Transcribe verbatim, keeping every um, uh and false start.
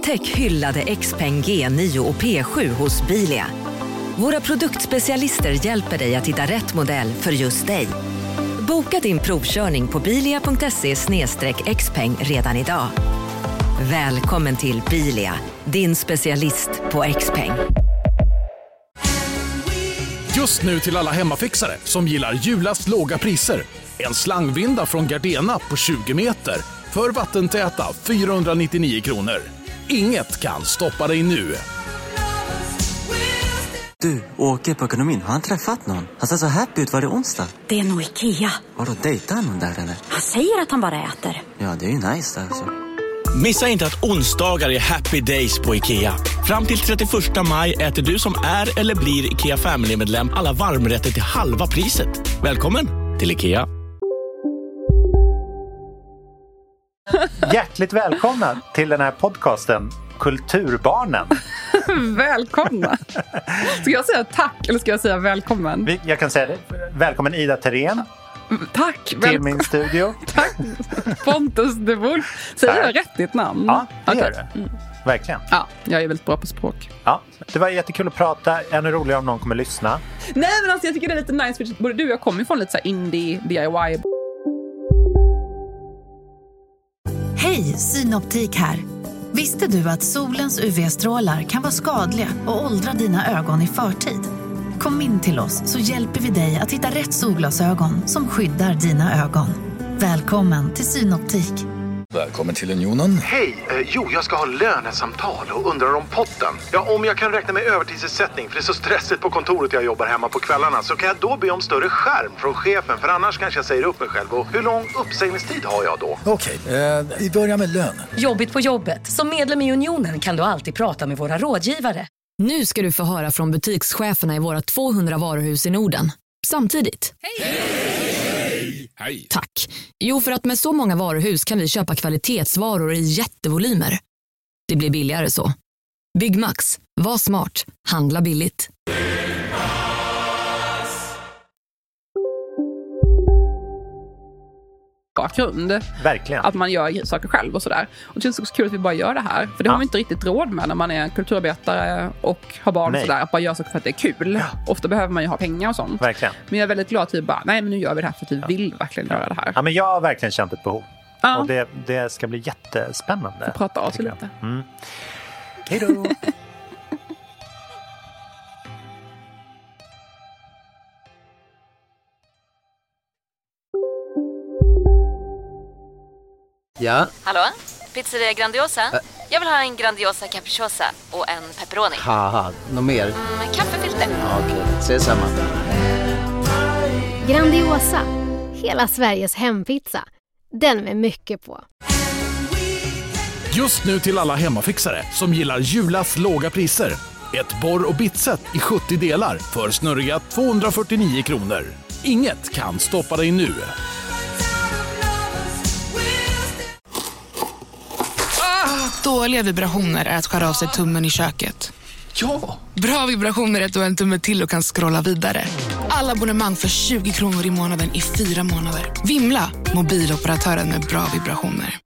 Upptäck hyllade Xpeng G nio och P sju hos Bilia. Våra produktspecialister hjälper dig att hitta rätt modell för just dig. Boka din provkörning på bilia punkt se slash xpeng redan idag. Välkommen till Bilia, din specialist på Xpeng. Just nu till alla hemmafixare som gillar Julas låga priser. En slangvinda från Gardena på tjugo meter för vattentäta fyrahundranittionio kronor. Inget kan stoppa dig nu. Du, åker på ekonomin. Har han träffat någon? Han ser så happy ut. Var det onsdag? Det är nog Ikea. Har du dejtat någon där eller? Han säger att han bara äter. Ja, det är ju nice där alltså. Missa inte att onsdagar är happy days på Ikea. Fram till trettioförsta maj äter du som är eller blir Ikea Family-medlem alla varmrätter till halva priset. Välkommen till Ikea. Hjärtligt välkomna till den här podcasten Kulturbarnen. Välkomna. Ska jag säga tack eller ska jag säga välkommen? Jag kan säga det. Välkommen Ida Terén. Tack. Till Väl- min studio. Tack. Pontus de Wolf. Säger jag rätt ditt namn? Ja, det okay. gör du. Mm. Verkligen. Ja, jag är väldigt bra på språk. Ja, det var jättekul att prata. Ännu roligare om någon kommer lyssna. Nej, men alltså jag tycker det är lite nice för både du och jag kommer från lite så här indie, D I Y. Hej, Synoptik här. Visste du att solens U V-strålar kan vara skadliga och åldra dina ögon i förtid? Kom in till oss så hjälper vi dig att hitta rätt solglasögon som skyddar dina ögon. Välkommen till Synoptik. Välkommen till Unionen. Hej, eh, jo jag ska ha lönesamtal och undrar om potten. Ja, om jag kan räkna med övertidsersättning för det är så stressigt på kontoret jag jobbar hemma på kvällarna, så kan jag då be om större skärm från chefen, för annars kanske jag säger upp mig själv. Och hur lång uppsägningstid har jag då? Okej, eh, vi börjar med lön. Jobbigt på jobbet. Som medlem i Unionen kan du alltid prata med våra rådgivare. Nu ska du få höra från butikscheferna i våra tvåhundra varuhus i Norden. Samtidigt. Hej! Hej! Tack. Jo, för att med så många varuhus kan vi köpa kvalitetsvaror i jättevolymer. Det blir billigare så. Byggmax. Var smart. Handla billigt. Bakgrund. Verkligen. Att man gör saker själv och sådär. Och det känns också kul att vi bara gör det här. För det ja. har vi inte riktigt råd med när man är kulturarbetare och har barn och sådär. Att bara göra saker för att det är kul. Ja. Ofta behöver man ju ha pengar och sånt. Verkligen. Men jag är väldigt glad att vi bara, nej men nu gör vi det här för att vi ja. vill verkligen ja. göra det här. Ja, men jag har verkligen känt ett behov. Ja. Och det, det ska bli jättespännande. Får prata av sig lite. Mm. Hej då! Ja. Hallå? Pizzeria Grandiosa? Ä- Jag vill ha en Grandiosa capriciosa och en pepperoni. Haha, något mer? Mm, kaffefilter. Ja, okej, okay. Ses samma. Grandiosa, hela Sveriges hempizza. Den med mycket på. Just nu till alla hemmafixare som gillar Julas låga priser. Ett borr- och bitset i sjuttio delar för snurriga tvåhundrafyrtionio kronor. Inget kan stoppa dig nu. Dåliga vibrationer är att skära av sig tummen i köket. Ja! Bra vibrationer är att du har en tumme till och kan scrolla vidare. Alla abonnemang för tjugo kronor i månaden i fyra månader. Vimla, mobiloperatören med bra vibrationer.